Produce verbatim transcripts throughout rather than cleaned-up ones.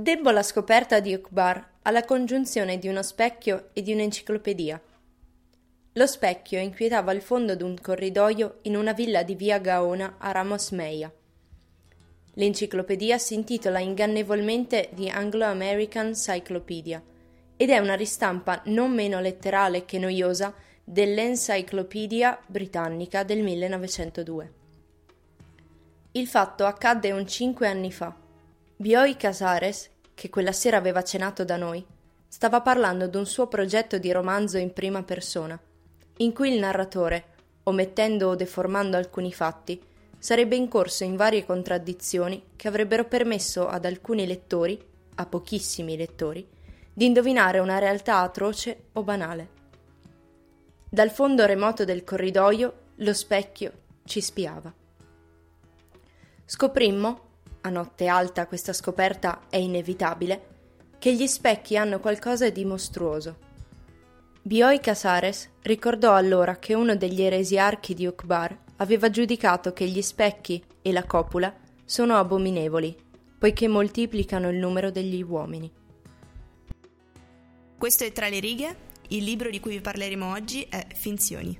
Debbo la scoperta di Uqbar alla congiunzione di uno specchio e di un'enciclopedia. Lo specchio inquietava il fondo d'un corridoio in una villa di via Gaona a Ramos Meia. L'enciclopedia si intitola ingannevolmente The Anglo-American Cyclopedia ed è una ristampa non meno letterale che noiosa dell'Encyclopedia Britannica del millenovecentodue. Il fatto accadde un cinque anni fa. Bioy Casares, che quella sera aveva cenato da noi, stava parlando d'un suo progetto di romanzo in prima persona, in cui il narratore, omettendo o deformando alcuni fatti, sarebbe incorso in varie contraddizioni che avrebbero permesso ad alcuni lettori, a pochissimi lettori, di indovinare una realtà atroce o banale. Dal fondo remoto del corridoio lo specchio ci spiava. Scoprimmo, a notte alta questa scoperta è inevitabile, che gli specchi hanno qualcosa di mostruoso. Bioy Casares ricordò allora che uno degli eresiarchi di Uqbar aveva giudicato che gli specchi e la copula sono abominevoli, poiché moltiplicano il numero degli uomini. Questo è Tra le righe, il libro di cui vi parleremo oggi è Finzioni.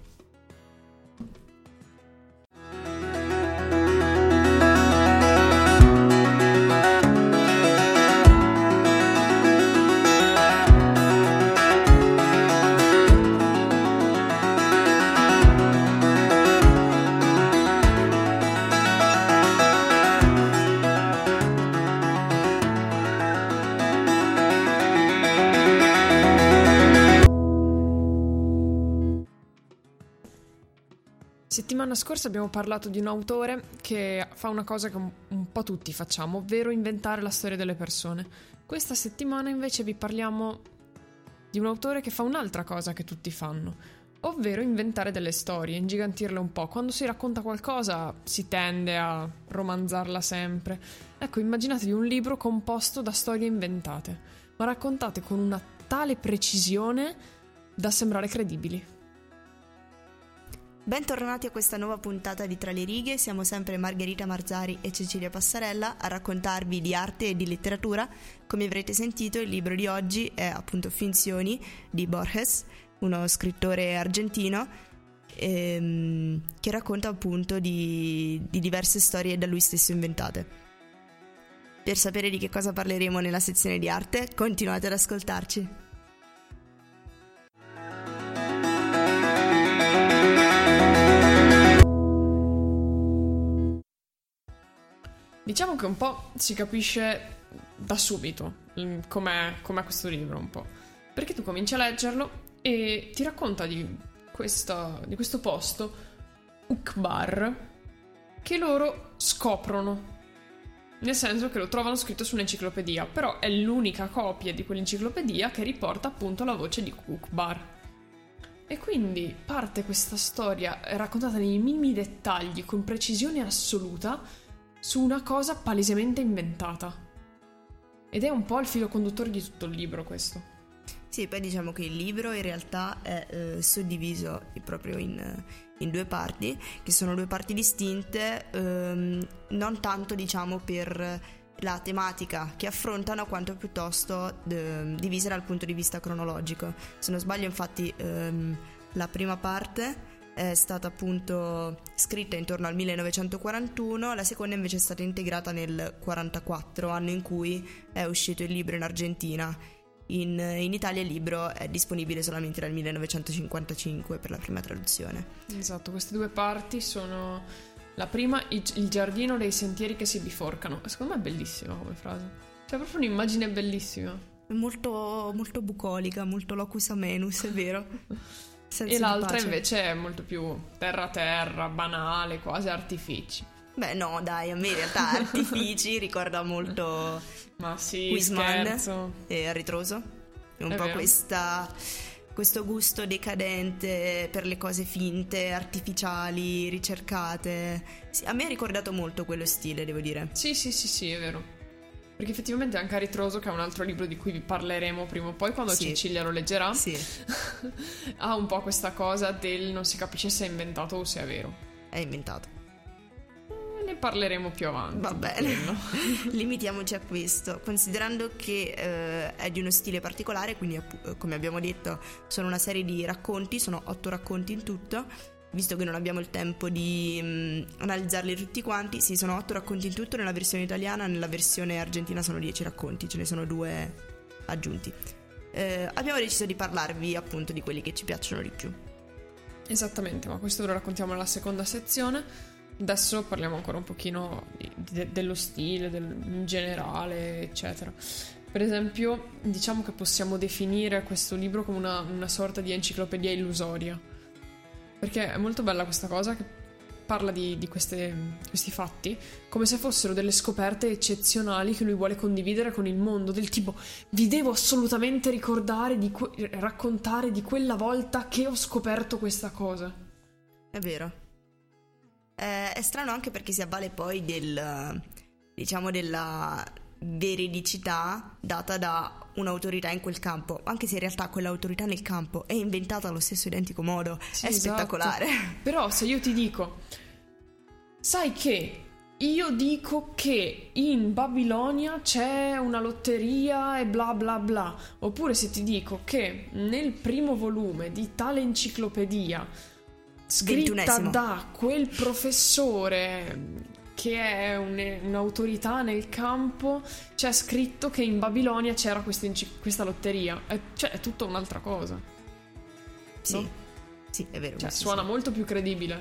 Settimana scorsa abbiamo parlato di un autore che fa una cosa che un, un po' tutti facciamo, ovvero inventare la storia delle persone. Questa settimana invece vi parliamo di un autore che fa un'altra cosa che tutti fanno, ovvero inventare delle storie, ingigantirle un po'. Quando si racconta qualcosa si tende a romanzarla sempre. Ecco, immaginatevi un libro composto da storie inventate, ma raccontate con una tale precisione da sembrare credibili. Bentornati a questa nuova puntata di Tra le righe, siamo sempre Margherita Marzari e Cecilia Passarella a raccontarvi di arte e di letteratura. Come avrete sentito, il libro di oggi è appunto Finzioni di Borges, uno scrittore argentino ehm, che racconta appunto di, di diverse storie da lui stesso inventate. Per sapere di che cosa parleremo nella sezione di arte, continuate ad ascoltarci. Diciamo che un po' si capisce da subito com'è, com'è questo libro un po', perché tu cominci a leggerlo e ti racconta di, questa, di questo posto, Uqbar, che loro scoprono, nel senso che lo trovano scritto su un'enciclopedia, però è l'unica copia di quell'enciclopedia che riporta appunto la voce di Uqbar. E quindi parte questa storia raccontata nei minimi dettagli, con precisione assoluta, su una cosa palesemente inventata. Ed è un po' il filo conduttore di tutto il libro, questo. Sì, poi diciamo che il libro in realtà è eh, suddiviso proprio in, in due parti, che sono due parti distinte, ehm, non tanto diciamo per la tematica che affrontano, quanto piuttosto de, divise dal punto di vista cronologico. Se non sbaglio, infatti, ehm, la prima parte è stata appunto scritta intorno al millenovecentoquarantuno, la seconda invece è stata integrata nel quarantaquattro, anno in cui è uscito il libro in Argentina. In, in Italia il libro è disponibile solamente dal millenovecentocinquantacinque per la prima traduzione. Esatto, queste due parti sono la prima, il, il giardino dei sentieri che si biforcano. Secondo me è bellissima come frase, c'è proprio un'immagine bellissima, molto, molto bucolica, molto locus amenus, è vero. Senza e l'altra invece è molto più terra terra, banale, quasi artifici. Beh no dai, a me in realtà artifici ricorda molto ma sì, Wiseman scherzo. E Ritroso. È un è po' vero. questa, questo gusto decadente per le cose finte, artificiali, ricercate. Sì, a me ha ricordato molto quello stile, devo dire. Sì sì sì sì, è vero. Perché effettivamente anche a Ritroso, che è un altro libro di cui vi parleremo prima o poi quando sì. Cecilia lo leggerà, sì. ha un po' questa cosa del non si capisce se è inventato o se è vero. È inventato. ne parleremo più avanti. Va bene, limitiamoci a questo, considerando che eh, è di uno stile particolare, quindi come abbiamo detto sono una serie di racconti, sono otto racconti in tutto, visto che non abbiamo il tempo di mh, analizzarli tutti quanti. Sì, sono otto racconti in tutto nella versione italiana, nella versione argentina sono dieci racconti, ce ne sono due aggiunti. Eh, abbiamo deciso di parlarvi appunto di quelli che ci piacciono di più. Esattamente, ma questo lo raccontiamo nella seconda sezione. Adesso parliamo ancora un pochino di, de, dello stile, del, in generale, eccetera. Per esempio, diciamo che possiamo definire questo libro come una, una sorta di enciclopedia illusoria, perché è molto bella questa cosa che parla di, di queste, questi fatti come se fossero delle scoperte eccezionali che lui vuole condividere con il mondo, del tipo: vi devo assolutamente ricordare di que- raccontare di quella volta che ho scoperto questa cosa. È vero. Eh, è strano anche perché si avvale poi del, diciamo, della veridicità data da un'autorità in quel campo, anche se in realtà quell'autorità nel campo è inventata allo stesso identico modo. Sì, è esatto. Spettacolare. Però se io ti dico: sai che io dico che in Babilonia c'è una lotteria e bla bla bla, oppure se ti dico che nel primo volume di tale enciclopedia scritta da quel professore che è un, un'autorità nel campo, c'è scritto che in Babilonia c'era questa, questa lotteria, è, cioè è tutta un'altra cosa. Sì, no? Sì, è vero. Cioè, suona sì. molto più credibile.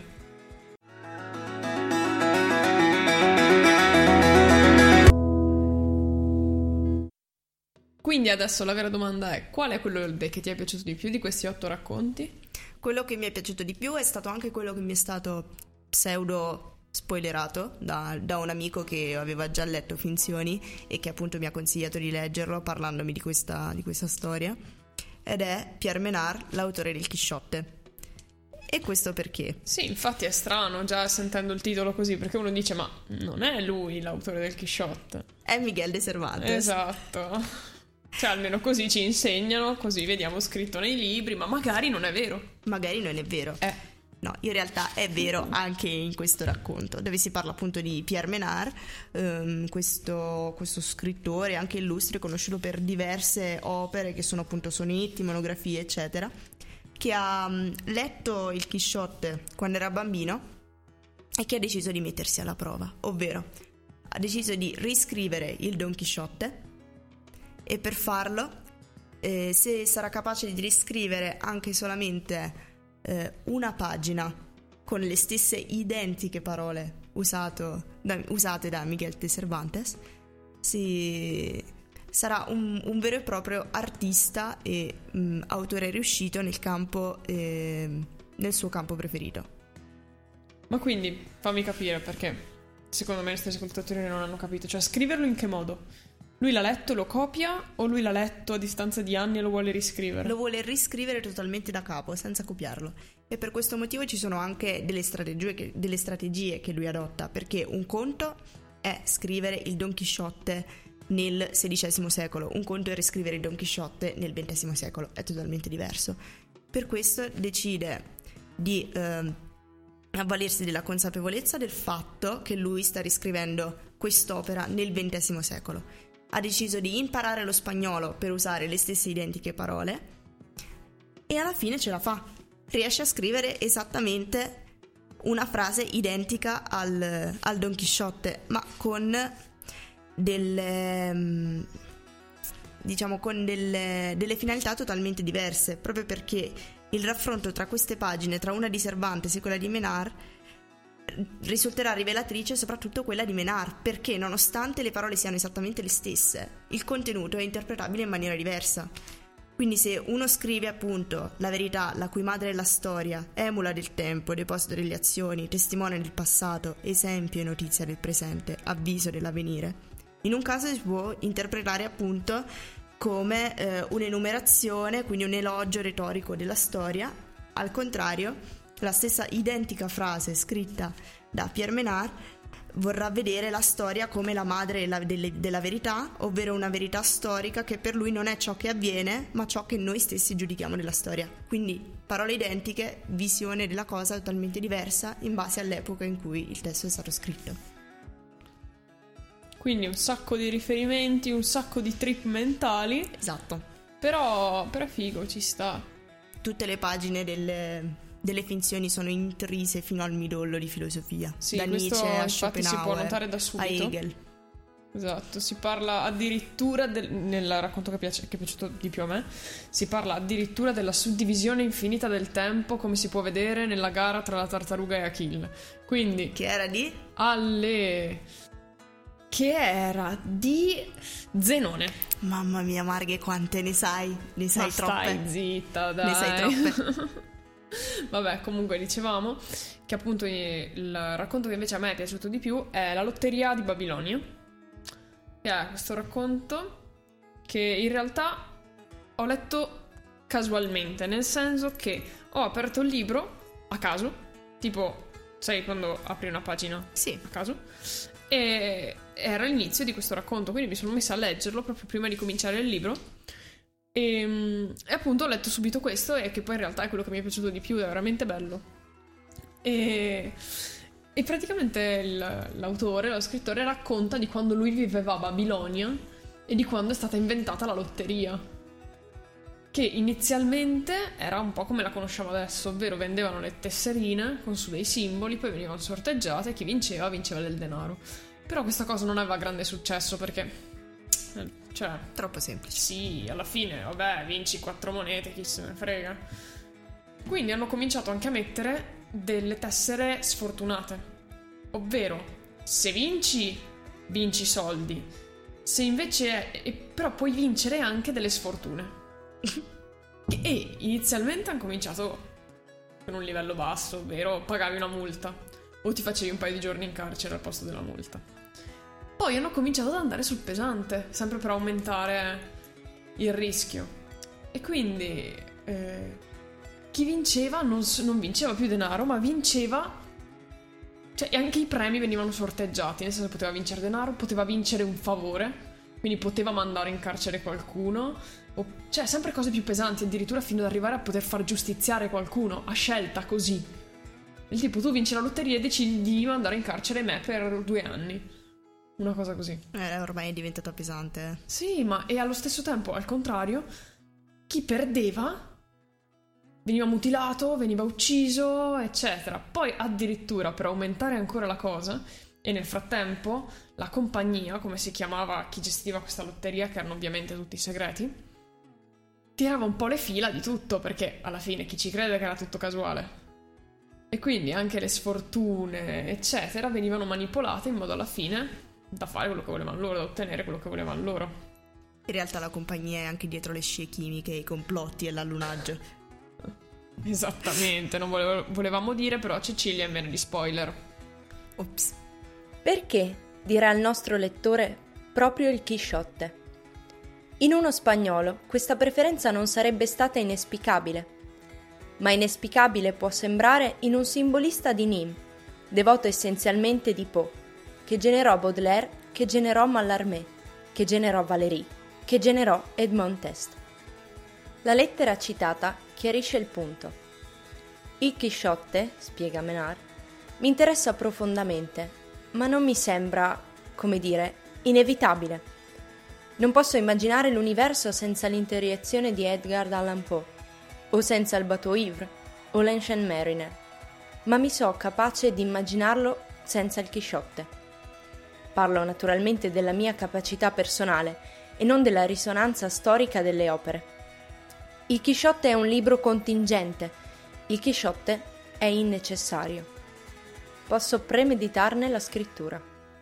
Quindi adesso la vera domanda è: qual è quello che ti è piaciuto di più di questi otto racconti? Quello che mi è piaciuto di più è stato anche quello che mi è stato pseudo spoilerato da, da un amico che aveva già letto Finzioni e che appunto mi ha consigliato di leggerlo parlandomi di questa, di questa storia, ed è Pierre Menard, l'autore del Chisciotte. E questo perché? Sì, infatti è strano già sentendo il titolo così, perché uno dice: ma non è lui l'autore del Chisciotte, è Miguel de Cervantes. Esatto. Cioè almeno così ci insegnano, così vediamo scritto nei libri, ma magari non è vero. Magari non è vero. Eh. No, in realtà è vero anche in questo racconto, dove si parla appunto di Pierre Menard, ehm, questo, questo scrittore anche illustre, conosciuto per diverse opere che sono appunto sonetti, monografie, eccetera, che ha um, letto il Chisciotte quando era bambino e che ha deciso di mettersi alla prova, ovvero ha deciso di riscrivere il Don Chisciotte. E per farlo, eh, se sarà capace di riscrivere anche solamente eh, una pagina con le stesse identiche parole usato da, usate da Miguel de Cervantes, si, sarà un, un vero e proprio artista e mh, autore riuscito nel campo, eh, nel suo campo preferito. Ma quindi fammi capire, perché secondo me i nostri ascoltatori non hanno capito. Cioè, scriverlo in che modo? Lui l'ha letto, lo copia, o lui l'ha letto a distanza di anni e lo vuole riscrivere? Lo vuole riscrivere totalmente da capo, senza copiarlo. E per questo motivo ci sono anche delle strategie che, delle strategie che lui adotta, perché un conto è scrivere il Don Chisciotte nel sedicesimo secolo, un conto è riscrivere il Don Chisciotte nel ventesimo secolo, è totalmente diverso. Per questo decide di eh, avvalersi della consapevolezza del fatto che lui sta riscrivendo quest'opera nel ventesimo secolo. Ha deciso di imparare lo spagnolo per usare le stesse identiche parole e alla fine ce la fa. Riesce a scrivere esattamente una frase identica al, al Don Chisciotte, ma con delle, diciamo, con delle, delle finalità totalmente diverse, proprio perché il raffronto tra queste pagine, tra una di Cervantes e quella di Menard, risulterà rivelatrice soprattutto quella di Menard, perché nonostante le parole siano esattamente le stesse, il contenuto è interpretabile in maniera diversa. Quindi se uno scrive appunto la verità, la cui madre è la storia, emula del tempo, deposito delle azioni, testimone del passato, esempio e notizia del presente, avviso dell'avvenire, in un caso si può interpretare appunto come eh, un'enumerazione, quindi un elogio retorico della storia. Al contrario, la stessa identica frase scritta da Pierre Menard vorrà vedere la storia come la madre della, delle, della verità, ovvero una verità storica che per lui non è ciò che avviene, ma ciò che noi stessi giudichiamo della storia. Quindi parole identiche, visione della cosa totalmente diversa in base all'epoca in cui il testo è stato scritto. quindi un sacco di riferimenti, un sacco di trip mentali. Esatto. Però, però è figo, ci sta. Tutte le pagine delle, delle finzioni sono intrise fino al midollo di filosofia. Sì, da questo Nietzsche a infatti si può Schopenhauer notare da a subito. Hegel. Esatto, si parla addirittura del, nel racconto che, piace, che è piaciuto di più a me, si parla addirittura della suddivisione infinita del tempo, come si può vedere nella gara tra la tartaruga e Achille. Quindi Che era di? alle che era di Zenone. Mamma mia, Marghe, quante ne sai? Ne sai Ma troppe. stai zitta, dai. Ne sai troppe. Vabbè, comunque dicevamo che appunto il racconto che invece a me è piaciuto di più è La lotteria di Babilonia, che è questo racconto che in realtà ho letto casualmente, nel senso che ho aperto il libro a caso, tipo, sai quando apri una pagina? Sì. A caso. E era l'inizio di questo racconto, quindi mi sono messa a leggerlo proprio prima di cominciare il libro. E, e appunto ho letto subito questo, e che poi in realtà è quello che mi è piaciuto di più, è veramente bello. E, e praticamente il, l'autore, lo scrittore racconta di quando lui viveva a Babilonia e di quando è stata inventata la lotteria, che inizialmente era un po' come la conosciamo adesso, ovvero vendevano le tesserine con su dei simboli, poi venivano sorteggiate e chi vinceva vinceva del denaro. Però questa cosa non aveva grande successo perché cioè, troppo semplice. sì, alla fine, vabbè, vinci quattro monete, chi se ne frega. Quindi hanno cominciato anche a mettere delle tessere sfortunate, ovvero se vinci, vinci soldi, se invece è, e, però puoi vincere anche delle sfortune. E inizialmente hanno cominciato con un livello basso, ovvero pagavi una multa o ti facevi un paio di giorni in carcere al posto della multa. Poi hanno cominciato ad andare sul pesante, sempre per aumentare il rischio. E quindi eh, chi vinceva non, non vinceva più denaro, ma vinceva... Cioè anche i premi venivano sorteggiati, nel senso che poteva vincere denaro, poteva vincere un favore, quindi poteva mandare in carcere qualcuno, o, cioè sempre cose più pesanti, addirittura fino ad arrivare a poter far giustiziare qualcuno, a scelta così. Del tipo, tu vinci la lotteria e decidi di mandare in carcere me per due anni. Una cosa così. Eh, ormai è diventata pesante. Sì, ma e allo stesso tempo, al contrario, chi perdeva veniva mutilato, veniva ucciso, eccetera. Poi addirittura, per aumentare ancora la cosa, e nel frattempo la compagnia, come si chiamava chi gestiva questa lotteria, che erano ovviamente tutti segreti, tirava un po' le fila di tutto, perché alla fine chi ci crede che era tutto casuale? E quindi anche le sfortune, eccetera, venivano manipolate in modo alla fine da fare quello che volevano loro, da ottenere quello che volevano loro. In realtà la compagnia è anche dietro le scie chimiche, i complotti e l'allunaggio. Esattamente, non volevo, volevamo dire, però Cecilia è meno di spoiler. Ops. Perché, dirà il nostro lettore, proprio il Chisciotte? In uno spagnolo questa preferenza non sarebbe stata inespicabile, ma inespicabile può sembrare in un simbolista di Nîmes, devoto essenzialmente di Poe, che generò Baudelaire, che generò Mallarmé, che generò Valéry, che generò Edmond Test. La lettera citata chiarisce il punto. Il Chisciotte, spiega Menard, mi interessa profondamente, ma non mi sembra, come dire, inevitabile. Non posso immaginare l'universo senza l'interiezione di Edgar Allan Poe, o senza il Bateau Ivre, o l'Ancient Mariner, ma mi so capace di immaginarlo senza il Chisciotte. Parlo naturalmente della mia capacità personale e non della risonanza storica delle opere. Il Chisciotte è un libro contingente, il Chisciotte è innecessario. Posso premeditarne la scrittura.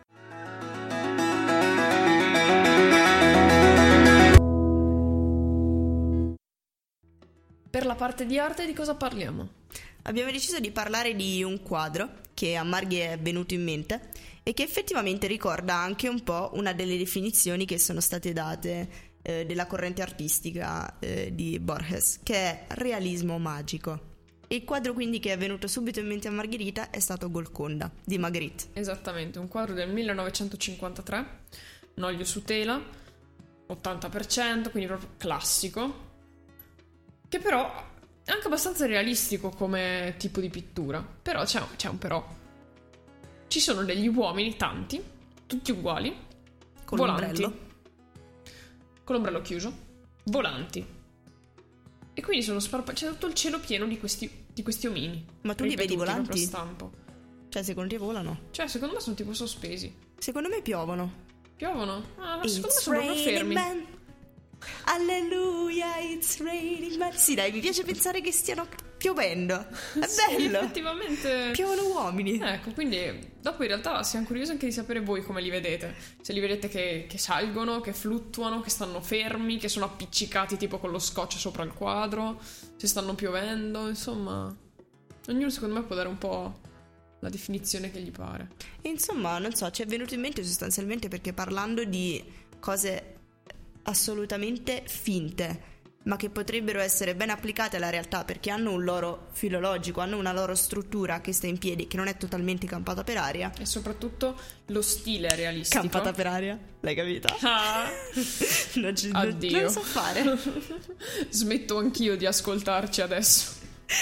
Per la parte di arte di cosa parliamo? Abbiamo deciso di parlare di un quadro che a Marghi è venuto in mente e che effettivamente ricorda anche un po' una delle definizioni che sono state date eh, della corrente artistica eh, di Borges, che è realismo magico. Il quadro quindi che è venuto subito in mente a Margherita è stato Golconda di Magritte. Esattamente, un quadro del millenovecentocinquantatré, un olio su tela, ottanta per cento, quindi proprio classico, che però è anche abbastanza realistico come tipo di pittura. Però c'è, c'è un però. Ci sono degli uomini, tanti, tutti uguali, Con volanti. l'ombrello. Con l'ombrello chiuso. Volanti. E quindi sono sparpaggiati. C'è tutto il cielo pieno di questi, di questi omini. Ma tu li vedi ripetuti, volanti? proprio a stampo. Cioè, secondo te volano? Cioè, secondo me sono tipo sospesi. Secondo me piovono. Piovono? Ah, It's secondo me sono proprio fermi. Man. Alleluia, it's raining man. Sì, dai, mi piace pensare che stiano piovendo. È Sì, bello. effettivamente. Piovono uomini. Ecco, quindi dopo in realtà siamo curiosi anche di sapere voi come li vedete. Se li vedete che, che salgono, che fluttuano, che stanno fermi, che sono appiccicati tipo con lo scotch sopra il quadro, se stanno piovendo, insomma. Ognuno secondo me può dare un po' la definizione che gli pare. E insomma, non so, ci è venuto in mente sostanzialmente perché parlando di cose assolutamente finte, ma che potrebbero essere ben applicate alla realtà perché hanno un loro filologico, hanno una loro struttura che sta in piedi, che non è totalmente campata per aria. E soprattutto lo stile è realistico. Campata per aria, l'hai capita? Ah. non, ci, Addio. non lo so fare. Smetto anch'io di ascoltarci adesso.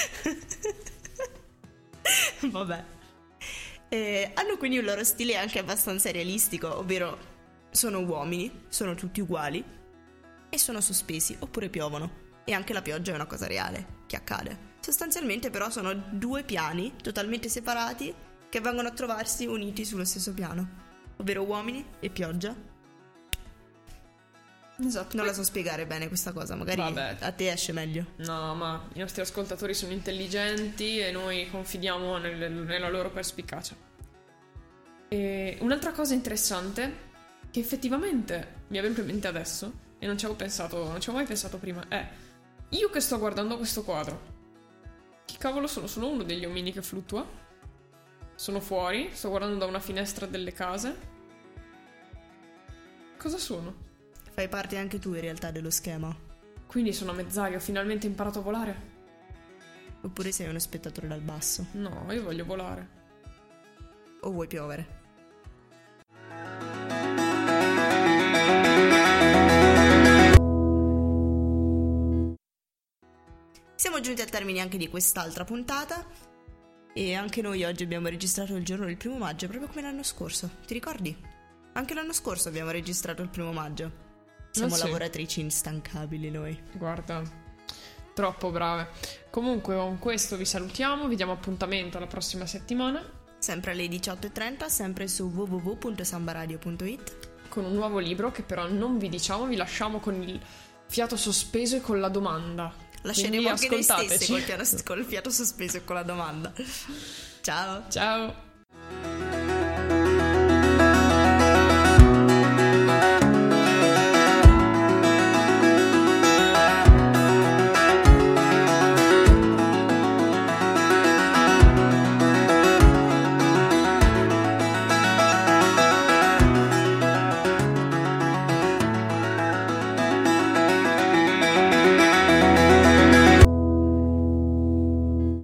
Vabbè. Eh, hanno quindi un loro stile anche abbastanza realistico, ovvero sono uomini, sono tutti uguali e sono sospesi oppure piovono. E anche la pioggia è una cosa reale che accade. Sostanzialmente però sono due piani totalmente separati che vengono a trovarsi uniti sullo stesso piano, ovvero uomini e pioggia. Esatto. Non la so spiegare bene questa cosa, magari Vabbè. a te esce meglio. No, ma i nostri ascoltatori sono intelligenti e noi confidiamo nel- nella loro perspicacia. E un'altra cosa interessante che effettivamente mi è venuta in mente adesso e non ci avevo pensato, non ci avevo mai pensato prima, è io che sto guardando questo quadro. Chi cavolo sono? Sono uno degli omini che fluttua? Sono fuori, sto guardando da una finestra delle case. Cosa sono? Fai parte anche tu in realtà dello schema. Quindi sono a mezz'aria, ho finalmente imparato a volare? Oppure sei uno spettatore dal basso. No, io voglio volare. O vuoi piovere? Siamo giunti al termine anche di quest'altra puntata e anche noi oggi abbiamo registrato il giorno del primo maggio, proprio come l'anno scorso. Ti ricordi? Anche l'anno scorso abbiamo registrato il primo maggio. Siamo Ah, sì. lavoratrici instancabili noi. Guarda, troppo brave. Comunque con questo vi salutiamo, vi diamo appuntamento alla prossima settimana Sempre alle diciotto e trenta, sempre su w w w punto sambaradio punto it. con un nuovo libro che però non vi diciamo, vi lasciamo con il fiato sospeso e con la domanda. Lasceremo Quindi anche noi stessi ascoltateci. col, piano- col fiato sospeso e con la domanda. Ciao. Ciao.